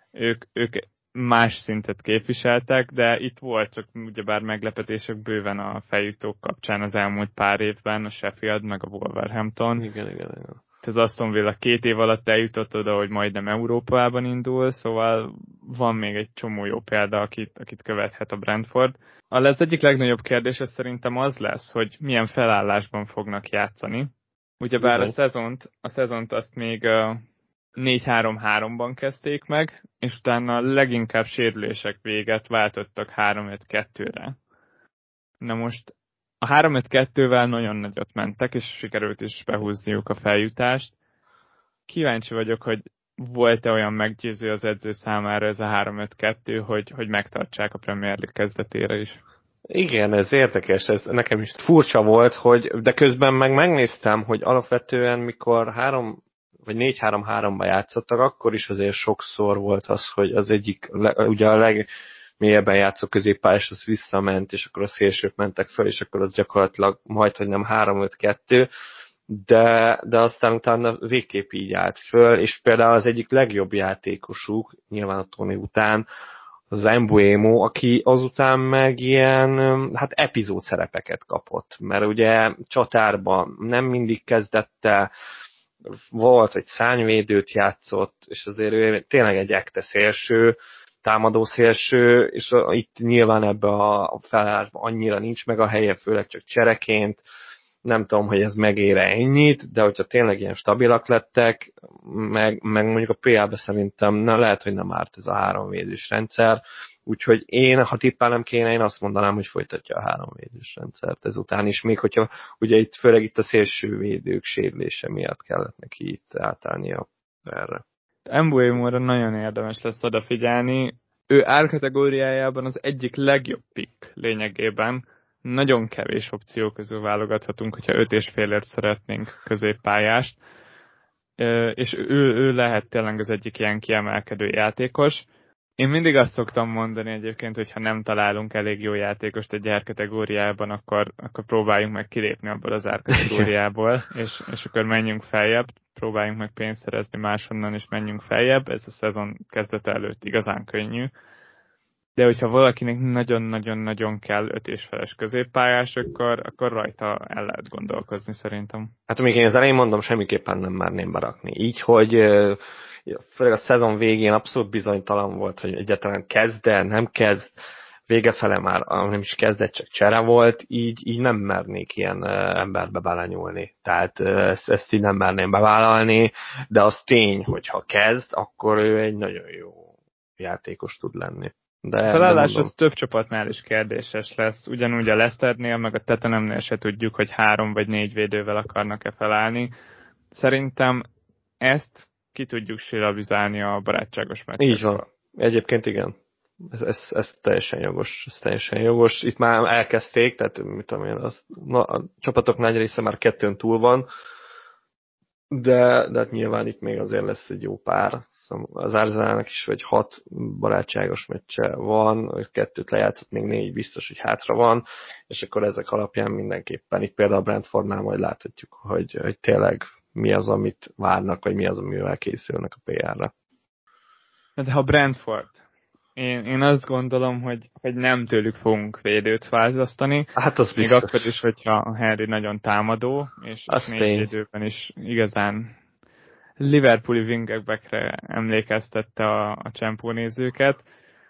Ők más szintet képviseltek, de itt voltak ugyebár meglepetések bőven a feljutók kapcsán az elmúlt pár évben, a Sheffield meg a Wolverhampton. Igen. Az Aston Villa 2 év alatt eljutott oda, hogy majdnem Európában indul, szóval van még egy csomó jó példa, akit követhet a Brentford. Az egyik legnagyobb kérdés szerintem az lesz, hogy milyen felállásban fognak játszani. Ugyebár a szezont azt még 4-3-3-ban kezdték meg, és utána leginkább sérülések véget váltottak 3-5-2-re. Na most a 3-5-2-vel nagyon nagyot mentek, és sikerült is behúzniuk a feljutást. Kíváncsi vagyok, hogy volt-e olyan meggyőző az edző számára ez a 3-5-2, hogy megtartsák a Premier League kezdetére is. Igen, ez érdekes, ez nekem is furcsa volt, de közben meg megnéztem, hogy alapvetően mikor 4-3-3-ba játszottak, akkor is azért sokszor volt az, hogy az egyik, ugye a legmélyebben játszó középpályás az visszament, és akkor a szélsők mentek föl, és akkor az gyakorlatilag majdhogy nem 3-5-2, de aztán utána végképp így állt föl, és például az egyik legjobb játékosuk, nyilván a Tony után, az Mbeumo, aki azután meg ilyen, hát epizód szerepeket kapott, mert ugye csatárban nem mindig kezdette, volt, hogy szárnyvédőt játszott, és azért ő tényleg egy ekte szélső, támadó szélső, és itt nyilván ebbe a felállásban annyira nincs meg a helye, főleg csak csereként. nem tudom, hogy ez megére ennyit, de hogyha tényleg ilyen stabilak lettek, meg mondjuk a PL-be szerintem lehet, hogy nem árt ez a háromvédős rendszer, úgyhogy én, ha tippelnem kéne, én azt mondanám, hogy folytatja a háromvédős rendszert ezután is, még hogyha ugye itt főleg itt a szélső védők sérülése miatt kellett neki itt átállnia erre. Mbeumo-ra nagyon érdemes lesz odafigyelni. Ő árkategóriájában az egyik legjobb pick lényegében. Nagyon kevés opció közül válogathatunk, hogyha 5,5-ért szeretnénk középpályást. És ő lehet tényleg az egyik ilyen kiemelkedő játékos. Én mindig azt szoktam mondani egyébként, hogy ha nem találunk elég jó játékost egy árkategóriában, akkor próbáljunk meg kilépni abból az árkategóriából, és akkor menjünk feljebb, próbáljunk meg pénzt szerezni máshonnan, és menjünk feljebb. Ez a szezon kezdete előtt igazán könnyű. De hogyha valakinek nagyon-nagyon-nagyon kell 5,5-es középpályás, akkor rajta el lehet gondolkozni szerintem. Hát amíg én az elején mondom, semmiképpen nem merném berakni. Így, hogy főleg a szezon végén abszolút bizonytalan volt, hogy egyáltalán kezd-e, nem kezd, vége fele már nem is kezdett, csak csere volt, így nem mernék ilyen emberbe belenyúlni. Tehát ezt így nem merném bevállalni, de az tény, hogy ha kezd, akkor ő egy nagyon jó játékos tud lenni. A felállás az több csapatnál is kérdéses lesz. Ugyanúgy a Leicesternél, meg a Tottenhamnél se tudjuk, hogy 3 vagy 4 védővel akarnak-e felállni. Szerintem ezt ki tudjuk silabizálni a barátságos meccsekről. Így van. Egyébként igen. Ez teljesen jogos. Ez teljesen jogos. Itt már elkezdték, tehát mit tudom én, a csapatok nagy része már 2-n túl van, de hát nyilván itt még azért lesz egy jó pár. Az Arsenalnak is vagy 6 barátságos meccse van, 2-t lejátszott, még 4 biztos, hogy hátra van, és akkor ezek alapján mindenképpen itt például a Brentfordnál majd láthatjuk, hogy tényleg mi az, amit várnak, vagy mi az, amivel készülnek a PR-re. De ha Brentford, én azt gondolom, hogy nem tőlük fogunk védőt választani. Hát az még biztos. akkor is, hogyha a Henry nagyon támadó, és 4 védőben is igazán Liverpooli wingbackre emlékeztette a csempónézőket.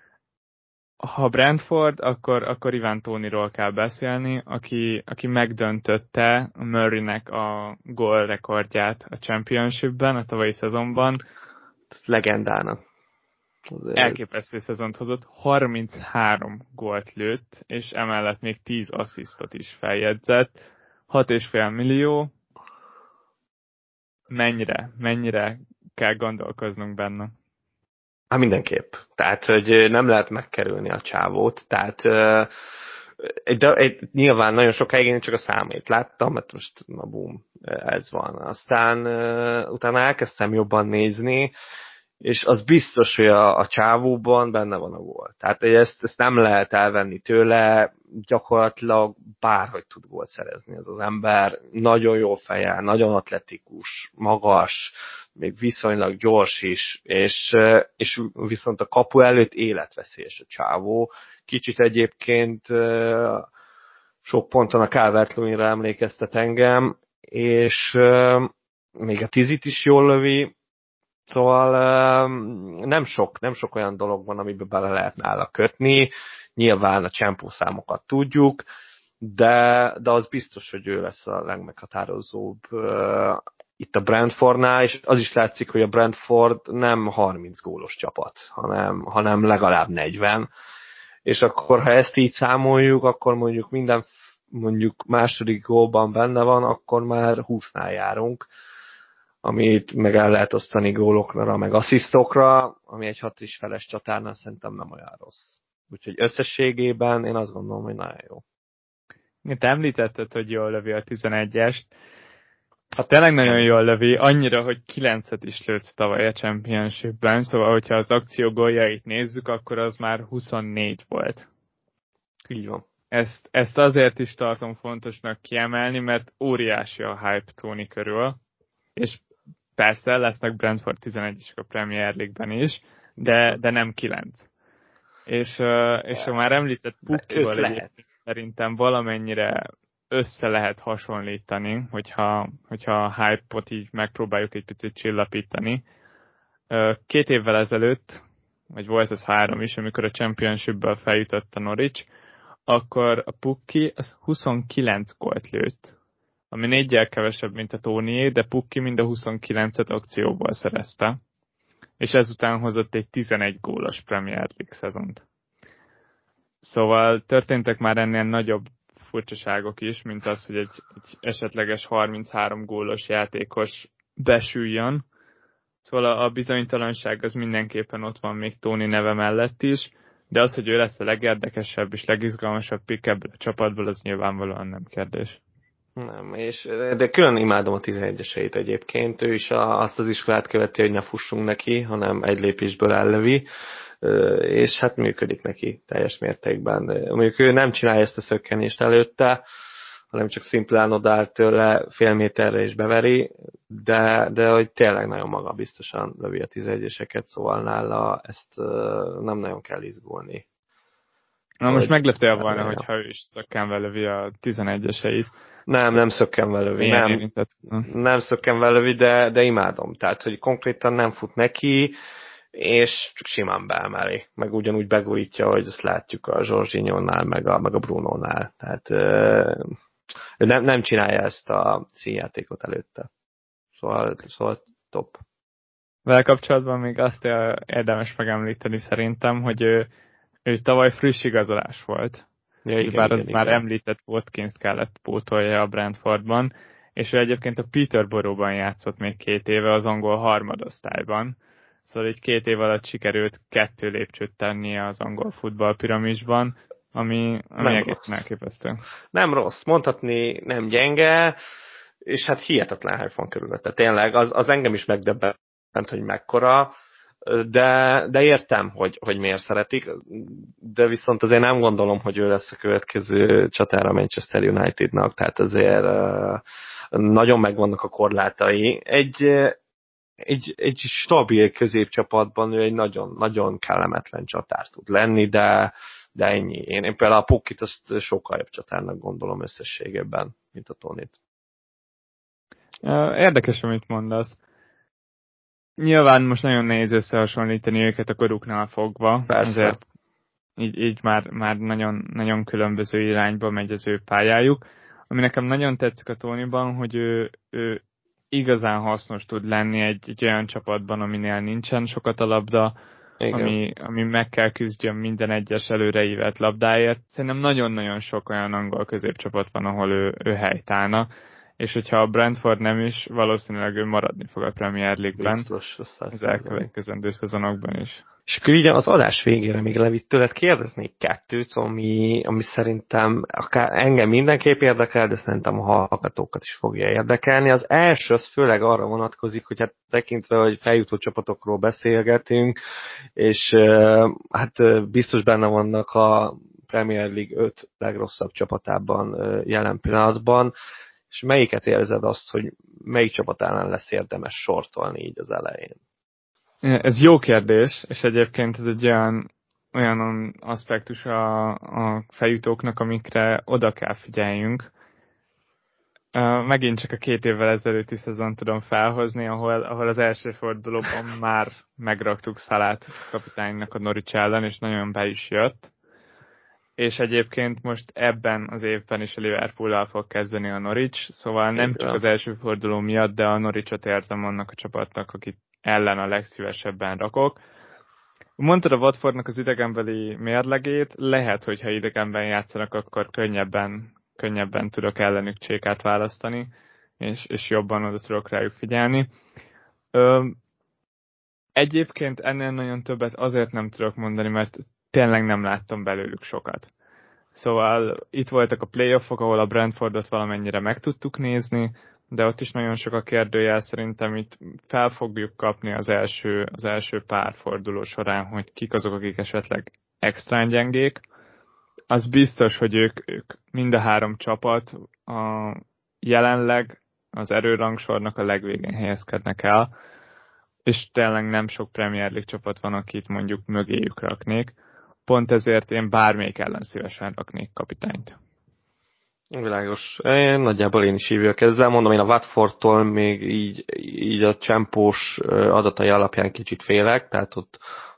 Ha Brentford, akkor Ivan Toneyról kell beszélni, aki megdöntötte Murraynek a gól rekordját a Championshipben, a tavalyi szezonban. Legendának. Elképesztő szezont hozott, 33 gólt lőtt, és emellett még 10 asszisztot is feljegyzett. 6,5 millió. Mennyire kell gondolkoznunk benne? Hát mindenképp. Tehát, hogy nem lehet megkerülni a csávót. Tehát nyilván nagyon sokáig én csak a számait láttam, mert most na bum, ez van. Aztán utána elkezdtem jobban nézni, és az biztos, hogy a csávóban benne van a gól. Tehát ezt nem lehet elvenni tőle, gyakorlatilag bárhogy tud gólt szerezni ez az ember. Nagyon jó fejjel, nagyon atletikus, magas, még viszonylag gyors is, és viszont a kapu előtt életveszélyes a csávó. Kicsit egyébként sok ponton a Calvert-Lewinre emlékeztet engem, és még a Tizit is jól lövi, szóval nem sok olyan dolog van, amiben bele lehet nála kötni. Nyilván a csempószámokat tudjuk, de az biztos, hogy ő lesz a legmeghatározóbb itt a Brentfordnál, és az is látszik, hogy a Brentford nem 30 gólos csapat, hanem legalább 40. És akkor, ha ezt így számoljuk, akkor mondjuk második gólban benne van, akkor már 20-nál járunk, amit meg el lehet osztani gólokra, meg asszisztokra, ami egy 6,5-es csatárnál szerintem nem olyan rossz. Úgyhogy összességében én azt gondolom, hogy nagyon jó. Te említetted, hogy jól lövi a 11-est. Hát tényleg nagyon jól lövi, annyira, hogy 9-et is lőtt tavaly a Championshipben, szóval hogyha az akció góljait nézzük, akkor az már 24 volt. Így van. Ezt azért is tartom fontosnak kiemelni, mert óriási a hype Toney körül, és persze lesznek Brentford 11-esek a Premier League-ben is, de nem 9. És a már említett Pukkival egyébként szerintem valamennyire össze lehet hasonlítani, hogyha a hype-ot így megpróbáljuk egy picit csillapítani. 2 évvel ezelőtt, vagy volt az 3 is, amikor a Championship-ből feljutott a Norwich, akkor a Pukki az 29 gólt lőtt ami 4-jel kevesebb, mint a Tonyé, de Pukki mind a 29-et akcióból szerezte, és ezután hozott egy 11 gólos Premier League szezont. Szóval történtek már ennél nagyobb furcsaságok is, mint az, hogy egy esetleges 33 gólos játékos besüljön. Szóval a bizonytalanság az mindenképpen ott van még Tony neve mellett is, de az, hogy ő lesz a legérdekesebb és legizgalmasabb pick ebből a csapatból, az nyilvánvalóan nem kérdés. Nem, de külön imádom a 11-eseit egyébként. Ő is azt az iskolát követi, hogy ne fussunk neki, hanem egy lépésből ellövi, és hát működik neki teljes mértékben. Mondjuk ő nem csinálja ezt a szökkenést előtte, hanem csak szimplán odállt tőle fél méterre és beveri, de hogy tényleg nagyon magabiztosan lövi a 11-eseket, szóval nála ezt nem nagyon kell izgulni. Na most megleptél volna, hogyha ő is szökkenve lövi a 11-eseit. Nem szökkenve lövi. Nem szökkenve lövi, de imádom. Tehát, hogy konkrétan nem fut neki, és csak simán beemeli. Meg ugyanúgy begurítja, hogy ezt látjuk a Jorginho-nál, meg a Bruno-nál. Tehát ő nem csinálja ezt a színjátékot előtte. Szóval top. Vele kapcsolatban még azt érdemes megemlíteni szerintem, hogy ő tavaly friss igazolás volt. Ja, igen, bár igen, az már említett Watkins kellett pótolja a Brentfordban, és ő egyébként a Peterborough-ban játszott még 2 éve az angol harmadosztályban. Szóval így 2 év alatt sikerült 2 lépcsőt tennie az angol futballpiramisban, ami egészen elképesztő. Nem rossz, mondhatni nem gyenge, és hát hihetetlen hype van körülötte. Tényleg, az engem is megdöbbent, hogy mekkora, de értem, hogy miért szeretik, de viszont azért nem gondolom, hogy ő lesz a következő csatára Manchester Unitednak, tehát azért nagyon megvannak a korlátai. Egy stabil középcsapatban ő egy nagyon, nagyon kellemetlen csatár tud lenni, de ennyi. Én például a Pukkit azt sokkal jobb csatárnak gondolom összességében, mint a Tonit. Érdekes, amit mondasz. Nyilván most nagyon nehéz összehasonlítani őket a koruknál fogva. Persze. Ezért így már nagyon, nagyon különböző irányba megy az ő pályájuk. Ami nekem nagyon tetszik a Tonyban, hogy ő igazán hasznos tud lenni egy olyan csapatban, aminél nincsen sokat a labda, ami meg kell küzdjön minden egyes előreívett labdáért. Szerintem nagyon-nagyon sok olyan angol középcsapat van, ahol ő helytállna, és hogyha a Brentford nem is, valószínűleg ő maradni fog a Premier League-ben. Biztos, az elkövetkezendő szezonokban is. És akkor így az adás végére még Levit tőled kérdeznék 2, ami szerintem akár engem mindenképp érdekel, de szerintem a hallgatókat is fogja érdekelni. Az első az főleg arra vonatkozik, hogy hát tekintve, hogy feljutó csapatokról beszélgetünk, és hát biztos benne vannak a Premier League 5 legrosszabb csapatában jelen pillanatban, és melyiket érzed azt, hogy melyik csapat ellen lesz érdemes sortolni így az elején? Ez jó kérdés, és egyébként ez egy olyan aspektus a feljutóknak, amikre oda kell figyeljünk. Megint csak a 2 évvel ezelőtti szezon tudom felhozni, ahol az első fordulóban már megraktuk Salát kapitánynak a Norwich ellen, és nagyon be is jött. És egyébként most ebben az évben is a Liverpool-al fog kezdeni a Norwich, szóval nem csak az első forduló miatt, de a Norwichot érzem annak a csapatnak, akit ellen a legszívesebben rakok. Mondtad a Watfordnak az idegenbeli mérlegét, lehet, hogy ha idegenben játszanak, akkor könnyebben tudok ellenük csékát választani, és jobban oda tudok rájuk figyelni. Egyébként ennél nagyon többet azért nem tudok mondani, mert tényleg nem láttam belőlük sokat. Szóval itt voltak a playoffok, ahol a Brentfordot valamennyire meg tudtuk nézni, de ott is nagyon sok a kérdőjel, szerintem itt fel fogjuk kapni az első pár forduló során, hogy kik azok, akik esetleg extrán gyengék. Az biztos, hogy ők mind a 3 csapat jelenleg az erőrangsornak a legvégén helyezkednek el, és tényleg nem sok Premier League csapat van, akit mondjuk mögéjük raknék. Pont ezért én bármelyik ellen szívesen raknék kapitányt. Világos. Nagyjából én is hívjuk ezzel. Mondom, én a Watfordtól még így a csempós adatai alapján kicsit félek, tehát ott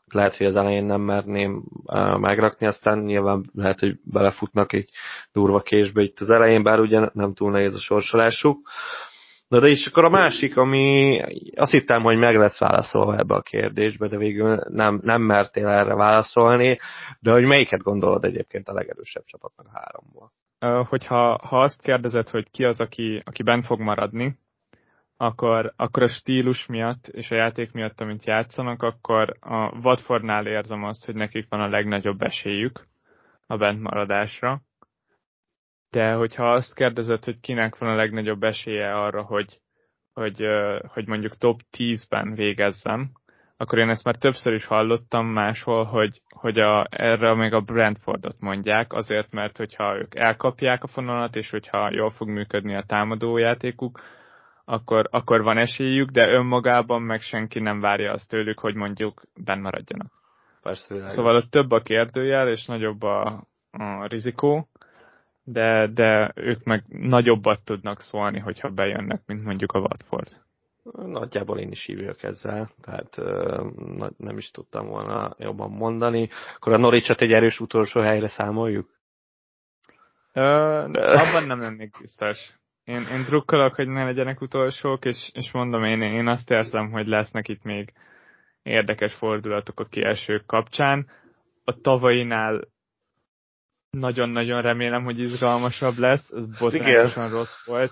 lehet, hogy az elején nem merném megrakni, aztán nyilván lehet, hogy belefutnak egy durva késbe itt az elején, bár ugye nem túl nehéz a sorsolásuk. Na de is akkor a másik, ami azt hittem, hogy meg lesz válaszolva ebbe a kérdésbe, de végül nem mertél erre válaszolni, de hogy melyiket gondolod egyébként a legerősebb csapatnak a háromból? Hogyha azt kérdezed, hogy ki az, aki bent fog maradni, akkor a stílus miatt és a játék miatt, amit játszanak, akkor a Watfordnál érzem azt, hogy nekik van a legnagyobb esélyük a bentmaradásra. De hogyha azt kérdezed, hogy kinek van a legnagyobb esélye arra, hogy mondjuk top 10-ben végezzem, akkor én ezt már többször is hallottam máshol, hogy erre még a Brentfordot mondják, azért, mert hogyha ők elkapják a fonalat, és hogyha jól fog működni a támadójátékuk, akkor van esélyük, de önmagában meg senki nem várja azt tőlük, hogy mondjuk benn maradjanak. Persze, szóval ott több a kérdőjel, és nagyobb a rizikó, de ők meg nagyobbat tudnak szólni, hogyha bejönnek, mint mondjuk a Watford. Nagyjából én is hívjuk ezzel, tehát nem is tudtam volna jobban mondani. Akkor a Norwich-et egy erős utolsó helyre számoljuk? Abban nem lennék biztos. Én drukkolok, hogy ne legyenek utolsók, és mondom, én azt érzem, hogy lesznek itt még érdekes fordulatok a kiesők kapcsán. A tavainál nagyon-nagyon remélem, hogy izgalmasabb lesz, ez botrányosan rossz volt.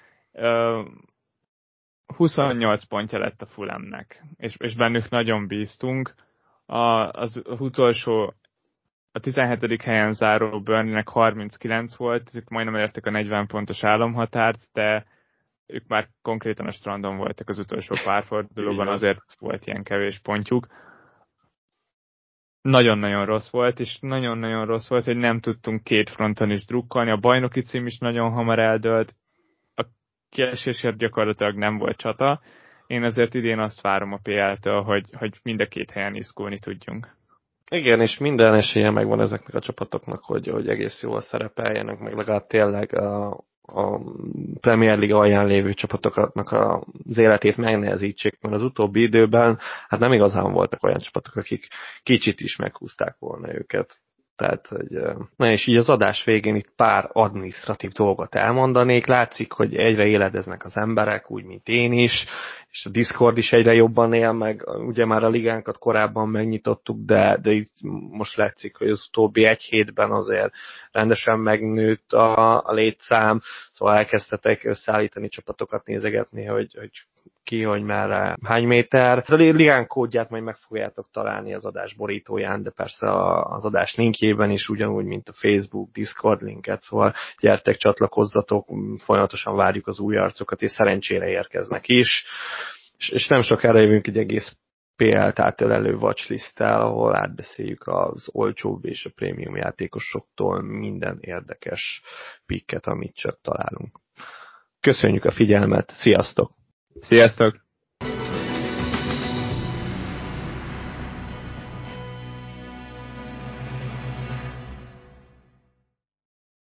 28 pontja lett a Fulhamnek, és bennük nagyon bíztunk. Az utolsó, a 17. helyen záró Burnleynek 39 volt, ők majdnem elértek a 40 pontos álomhatárt, de ők már konkrétan a strandon voltak az utolsó párfordulóban, azért volt ilyen kevés pontjuk. Nagyon-nagyon rossz volt, és nagyon-nagyon rossz volt, hogy nem tudtunk két fronton is drukkolni. A bajnoki cím is nagyon hamar eldőlt, a kiesésért gyakorlatilag nem volt csata. Én azért idén azt várom a PL-től, hogy mind a két helyen iszkulni tudjunk. Igen, és minden esélye megvan ezeknek a csapatoknak, hogy egész jól szerepeljenek, meg legalább tényleg a Premier League alján lévő csapatoknak az életét megnehezítsék, mert az utóbbi időben hát nem igazán voltak olyan csapatok, akik kicsit is meghúzták volna őket. Tehát, hogy, na és így az adás végén itt pár adminisztratív dolgot elmondanék. Látszik, hogy egyre éledeznek az emberek, úgy, mint én is, és a Discord is egyre jobban él meg. Ugye már a ligánkat korábban megnyitottuk, de itt most látszik, hogy az utóbbi egy hétben azért rendesen megnőtt a létszám, szóval elkezdtetek összeállítani csapatokat, nézegetni, hogy ki, hogy merre, hány méter. A ligán kódját majd meg fogjátok találni az adás borítóján, de persze az adás linkjében is ugyanúgy, mint a Facebook, Discord linket, szóval gyertek, csatlakozzatok, folyamatosan várjuk az új arcokat, és szerencsére érkeznek is. És nem sokára jövünk egy egész PL-t átölelő watchlisttel, ahol átbeszéljük az olcsóbb és a prémium játékosoktól minden érdekes pikket, amit csak találunk. Köszönjük a figyelmet, sziasztok! Sziasztok!